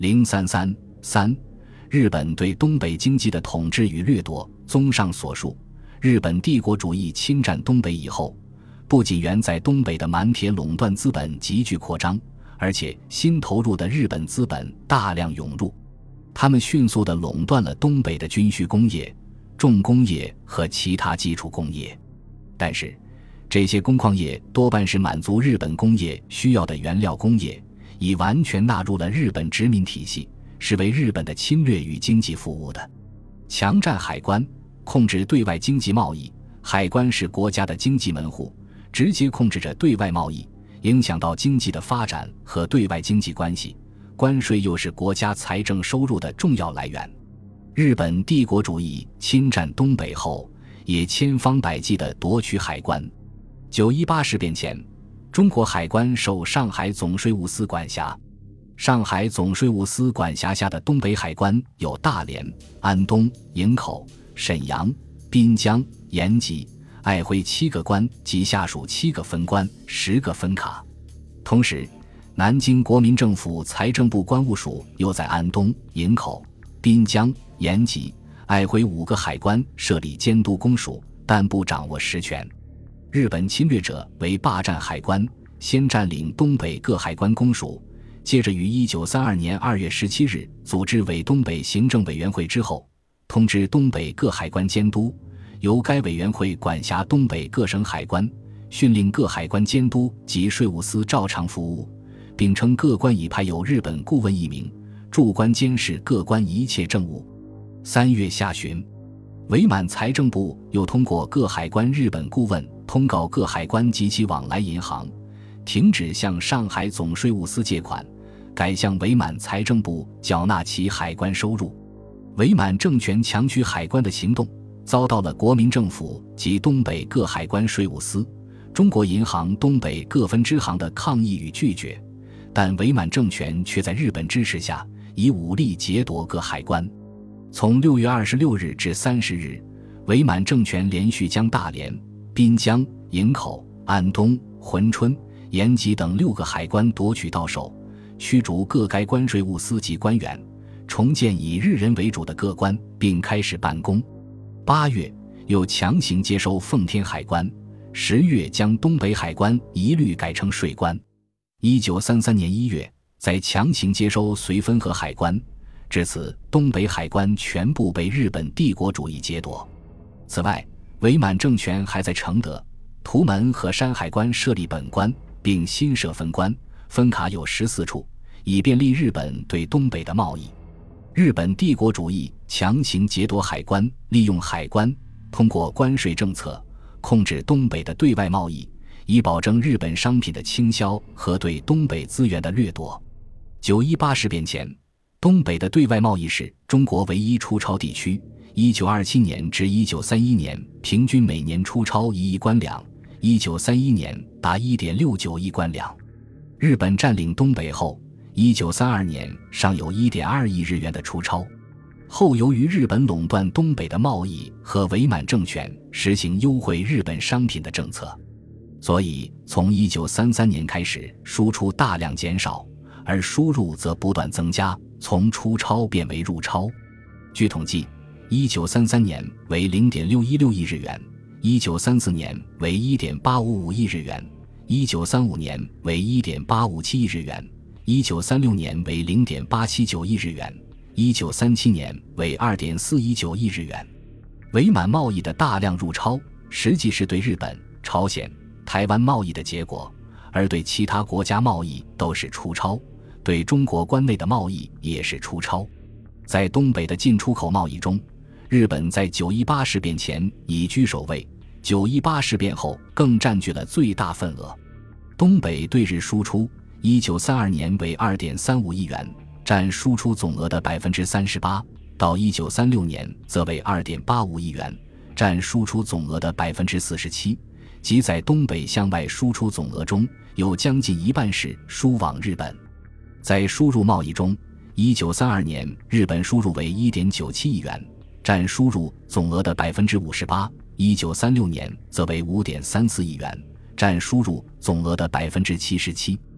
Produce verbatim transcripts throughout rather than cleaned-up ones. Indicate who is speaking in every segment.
Speaker 1: 零三三三日本对东北经济的统治与掠夺。综上所述，日本帝国主义侵占东北以后，不仅原在东北的满铁垄断资本急剧扩张，而且新投入的日本资本大量涌入，他们迅速地垄断了东北的军需工业、重工业和其他基础工业。但是这些工矿业多半是满足日本工业需要的原料工业，已完全纳入了日本殖民体系，是为日本的侵略与经济服务的。强占海关，控制对外经济贸易，海关是国家的经济门户，直接控制着对外贸易，影响到经济的发展和对外经济关系。关税又是国家财政收入的重要来源。日本帝国主义侵占东北后，也千方百计地夺取海关。九一八事变前，中国海关受上海总税务司管辖。上海总税务司管辖下的东北海关有大连、安东、营口、沈阳、滨江、延吉、爱辉七个关及下属七个分关、十个分卡。同时，南京国民政府财政部关务署又在安东、营口、滨江、延吉、爱辉五个海关设立监督公署，但不掌握实权。日本侵略者为霸占海关，先占领东北各海关公署，接着于一九三二年二月十七日组织伪东北行政委员会之后，通知东北各海关监督，由该委员会管辖东北各省海关，训令各海关监督及税务司照常服务，并称各关已派有日本顾问一名，驻关监视各关一切政务。三月下旬，伪满财政部又通过各海关日本顾问通告各海关及其往来银行，停止向上海总税务司借款，改向伪满财政部缴纳其海关收入。伪满政权强取海关的行动遭到了国民政府及东北各海关税务司、中国银行东北各分支行的抗议与拒绝，但伪满政权却在日本支持下以武力劫夺各海关。从六月二十六日至三十日，伪满政权连续将大连、滨江、营口、安东、珲春、延吉等六个海关夺取到手，驱逐各该关税务司及官员，重建以日人为主的各关，并开始办公。八月又强行接收奉天海关，十月将东北海关一律改成税关。一九三三年一月再强行接收绥芬河海关，至此东北海关全部被日本帝国主义劫夺。此外，伪满政权还在承德、图门和山海关设立本关，并新设分关，分卡有十四处，以便利日本对东北的贸易。日本帝国主义强行劫夺海关，利用海关通过关税政策控制东北的对外贸易，以保证日本商品的倾销和对东北资源的掠夺。九一八事变前，东北的对外贸易是中国唯一出超地区，一九二七年至一九三一年平均每年出超一亿官两，一九三一年达 一点六九亿官两。日本占领东北后，一九三二年尚有 一点二亿日元的出超。后由于日本垄断东北的贸易和伪满政权实行优惠日本商品的政策，所以从一九三三年开始输出大量减少，而输入则不断增加，从出超变为入超。据统计，一九三三年为 零点六一六亿日元，一九三四年为 一点八五五亿日元，一九三五年为 一点八五七亿日元，一九三六年为 零点八七九亿日元，一九三七年为 二点四一九亿日元。伪满贸易的大量入超，实际是对日本、朝鲜、台湾贸易的结果，而对其他国家贸易都是出超，对中国关内的贸易也是出超。在东北的进出口贸易中，日本在九一八事变前已居首位，九一八事变后更占据了最大份额。东北对日输出一九三二年为 二点三五亿元，占输出总额的 百分之三十八， 到一九三六年则为 二点八五亿元，占输出总额的 百分之四十七， 即在东北向外输出总额中有将近一半是输往日本。在输入贸易中，一九三二年日本输入为 一点九七亿元，占输入总额的 百分之五十八， 一九三六年则为 五点三四亿元，占输入总额的 百分之七十七。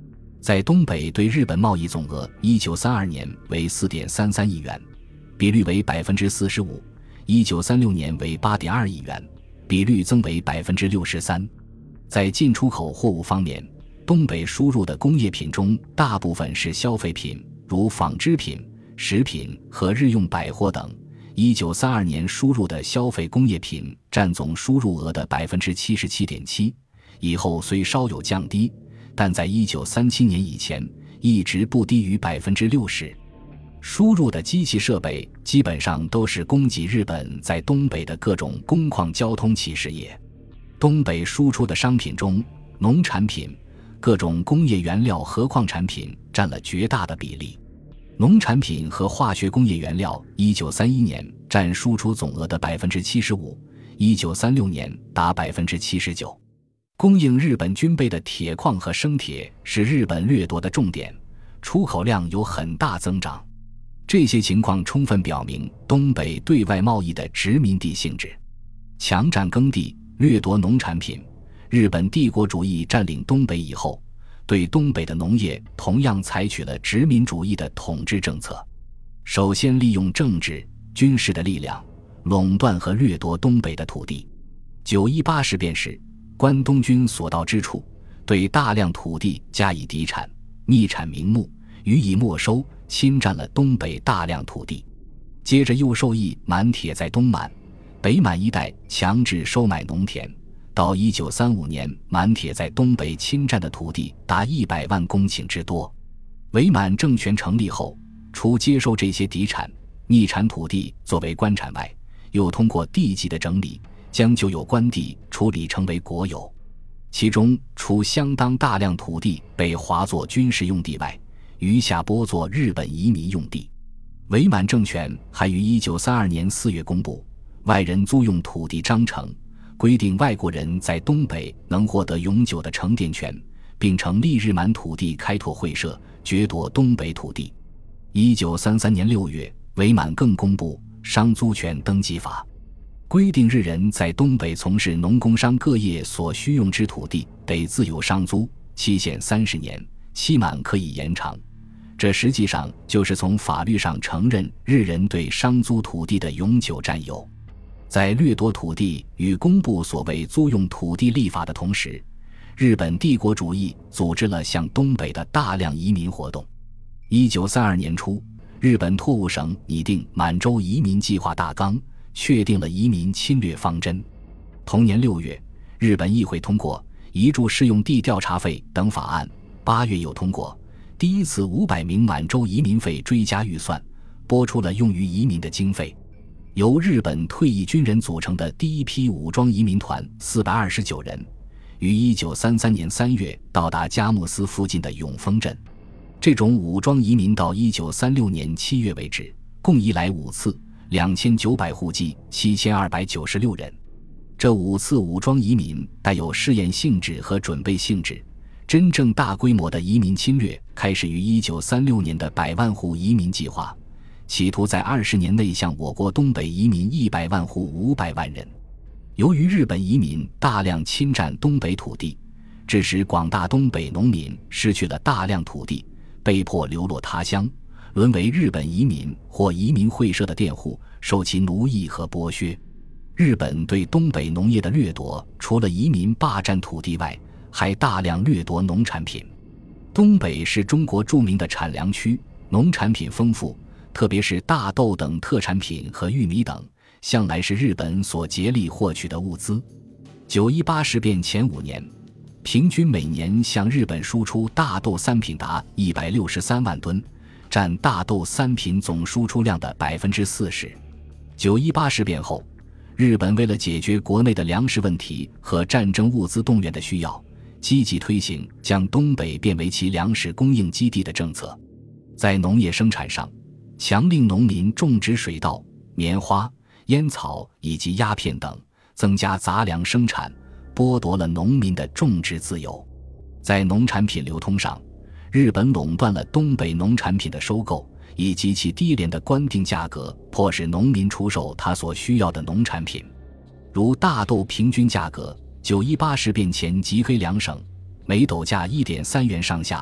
Speaker 1: 在东北对日本贸易总额一九三二年为 四点三三亿元，比率为 百分之四十五， 一九三六年为 八点二亿元，比率增为 百分之六十三。 在进出口货物方面，东北输入的工业品中大部分是消费品，如纺织品、食品和日用百货等。一九三二年输入的消费工业品占总输入额的 百分之七十七点七， 以后虽稍有降低，但在一九三七年以前一直不低于 百分之六十。 输入的机器设备基本上都是供给日本在东北的各种工矿交通企事业。东北输出的商品中，农产品、各种工业原料和矿产品占了绝大的比例。农产品和化学工业原料一九三一年占输出总额的 百分之七十五， 一九三六年达 百分之七十九。 供应日本军备的铁矿和生铁是日本掠夺的重点，出口量有很大增长。这些情况充分表明东北对外贸易的殖民地性质。强占耕地，掠夺农产品。日本帝国主义占领东北以后，对东北的农业同样采取了殖民主义的统治政策。首先利用政治、军事的力量垄断和掠夺东北的土地。九一八事变时，关东军所到之处，对大量土地加以抵产、逆产名目，予以没收，侵占了东北大量土地。接着又授意满铁在东满、北满一带强制收买农田。到一九三五年，满铁在东北侵占的土地达一百万公顷之多。伪满政权成立后，除接收这些抵产、逆产土地作为官产外，又通过地级的整理，将旧有官地处理成为国有。其中除相当大量土地被划作军事用地外，余下拨作日本移民用地。伪满政权还于一九三二年四月公布外人租用土地章程，规定外国人在东北能获得永久的承佃权，并成立日满土地开拓会社，掠夺东北土地。一九三三年六月，伪满更公布商租权登记法，规定日人在东北从事农工商各业所需用之土地得自由商租，期限三十年，期满可以延长。这实际上就是从法律上承认日人对商租土地的永久占有。在掠夺土地与公布所谓租用土地立法的同时，日本帝国主义组织了向东北的大量移民活动。一九三二年初，日本拓务省拟定满洲移民计划大纲，确定了移民侵略方针。同年六月，日本议会通过移住适用地调查费等法案，八月又通过第一次五百名满洲移民费追加预算，拨出了用于移民的经费。由日本退役军人组成的第一批武装移民团四百二十九人，于一九三三年三月到达佳木斯附近的永丰镇。这种武装移民到一九三六年七月为止，共移来五次，两千九百户籍，七千二百九十六人。这五次武装移民带有试验性质和准备性质，真正大规模的移民侵略开始于一九三六年的百万户移民计划，企图在二十年内向我国东北移民一百万户五百万人。由于日本移民大量侵占东北土地，致使广大东北农民失去了大量土地，被迫流落他乡，沦为日本移民或移民会社的佃户，受其奴役和剥削。日本对东北农业的掠夺，除了移民霸占土地外，还大量掠夺农产品。东北是中国著名的产粮区，农产品丰富，特别是大豆等特产品和玉米等，向来是日本所竭力获取的物资。九一八事变前五年，平均每年向日本输出大豆三品达一百六十三万吨，占大豆三品总输出量的 百分之四十。 九一八事变后，日本为了解决国内的粮食问题和战争物资动员的需要，积极推行将东北变为其粮食供应基地的政策。在农业生产上，强令农民种植水稻、棉花、烟草以及鸦片等，增加杂粮生产，剥夺了农民的种植自由。在农产品流通上，日本垄断了东北农产品的收购，以及其低廉的官定价格，迫使农民出售他所需要的农产品。如大豆平均价格，九一八事变前极黑两省每斗价 一点三元上下，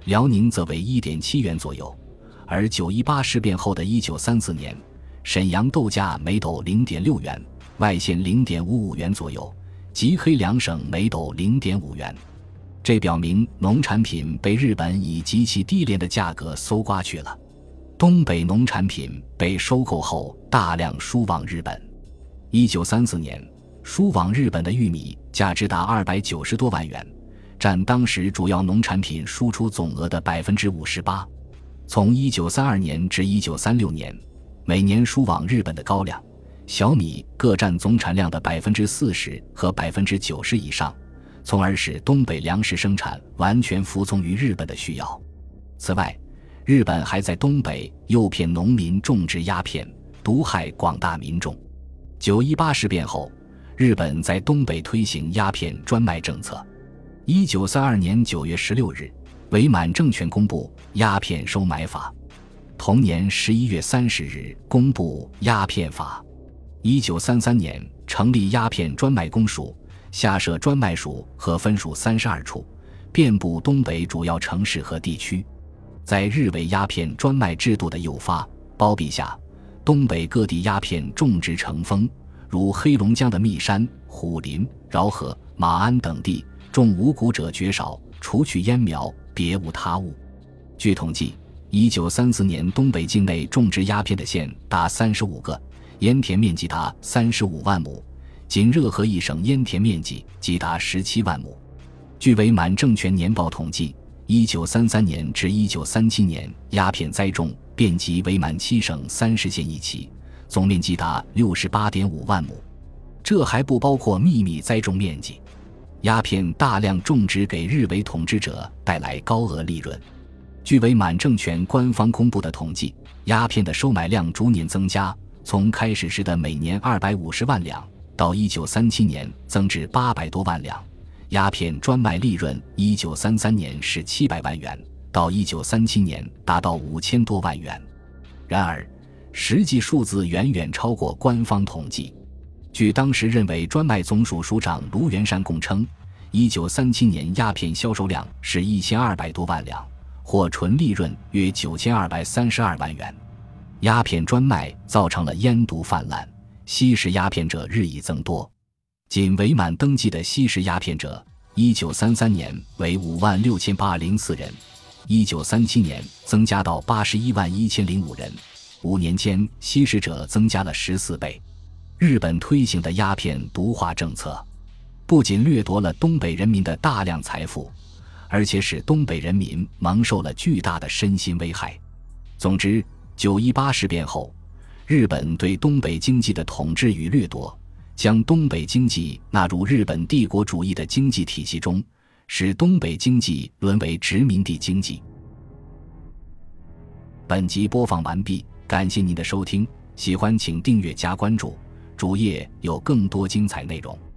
Speaker 1: 辽宁则为 一点七元左右，而九一八事变后的一九三四年，沈阳豆价每斗 零点六元，外县 零点五五元左右，吉黑两省每斗 零点五元。这表明农产品被日本以极其低廉的价格搜刮去了。东北农产品被收购后大量输往日本。一九三四年，输往日本的玉米价值达二百九十多万元，占当时主要农产品输出总额的 百分之五十八。 从一九三二年至一九三六年，每年输往日本的高粱、小米各占总产量的 百分之四十 和 百分之九十 以上，从而使东北粮食生产完全服从于日本的需要。此外，日本还在东北诱骗农民种植鸦片，毒害广大民众。九一八事变后，日本在东北推行鸦片专卖政策。一九三二年九月十六日，伪满政权公布鸦片收买法。同年十一月三十日公布鸦片法。一九三三年成立鸦片专卖公署，下设专卖署和分署三十二处，遍布东北主要城市和地区。在日伪鸦片专卖制度的诱发、包庇下，东北各地鸦片种植成风，如黑龙江的密山、虎林、饶河、马鞍等地，种五谷者绝少，除去烟苗，别无他物。据统计，一九三四年东北境内种植鸦片的县达三十五个，烟田面积达三十五万亩，仅热河一省烟田面积即达十七万亩。据伪满政权年报统计，一九三三年至一九三七年鸦片栽种遍及伪满七省三十县一起，总面积达 六十八点五万亩。这还不包括秘密栽种面积。鸦片大量种植给日伪统治者带来高额利润。据伪满政权官方公布的统计，鸦片的收买量逐年增加，从开始时的每年二百五十万两，到一九三七年增至八百多万两。鸦片专卖利润一九三三年是七百万元，到一九三七年达到五千多万元。然而，实际数字远远超过官方统计。据当时认为专卖总署署长卢元善供称，一九三七年鸦片销售量是一千二百多万两，或纯利润约九千二百三十二万元。鸦片专卖造成了烟毒泛滥，吸食鸦片者日益增多。仅伪满登记的吸食鸦片者，一九三三年为五万六千八百零四人，一九三七年增加到八十一万一千零五人，五年间吸食者增加了十四倍。日本推行的鸦片毒化政策，不仅掠夺了东北人民的大量财富，而且使东北人民蒙受了巨大的身心危害。总之，九一八事变后，日本对东北经济的统治与掠夺，将东北经济纳入日本帝国主义的经济体系中，使东北经济沦为殖民地经济。本集播放完毕，感谢您的收听，喜欢请订阅加关注，主页有更多精彩内容。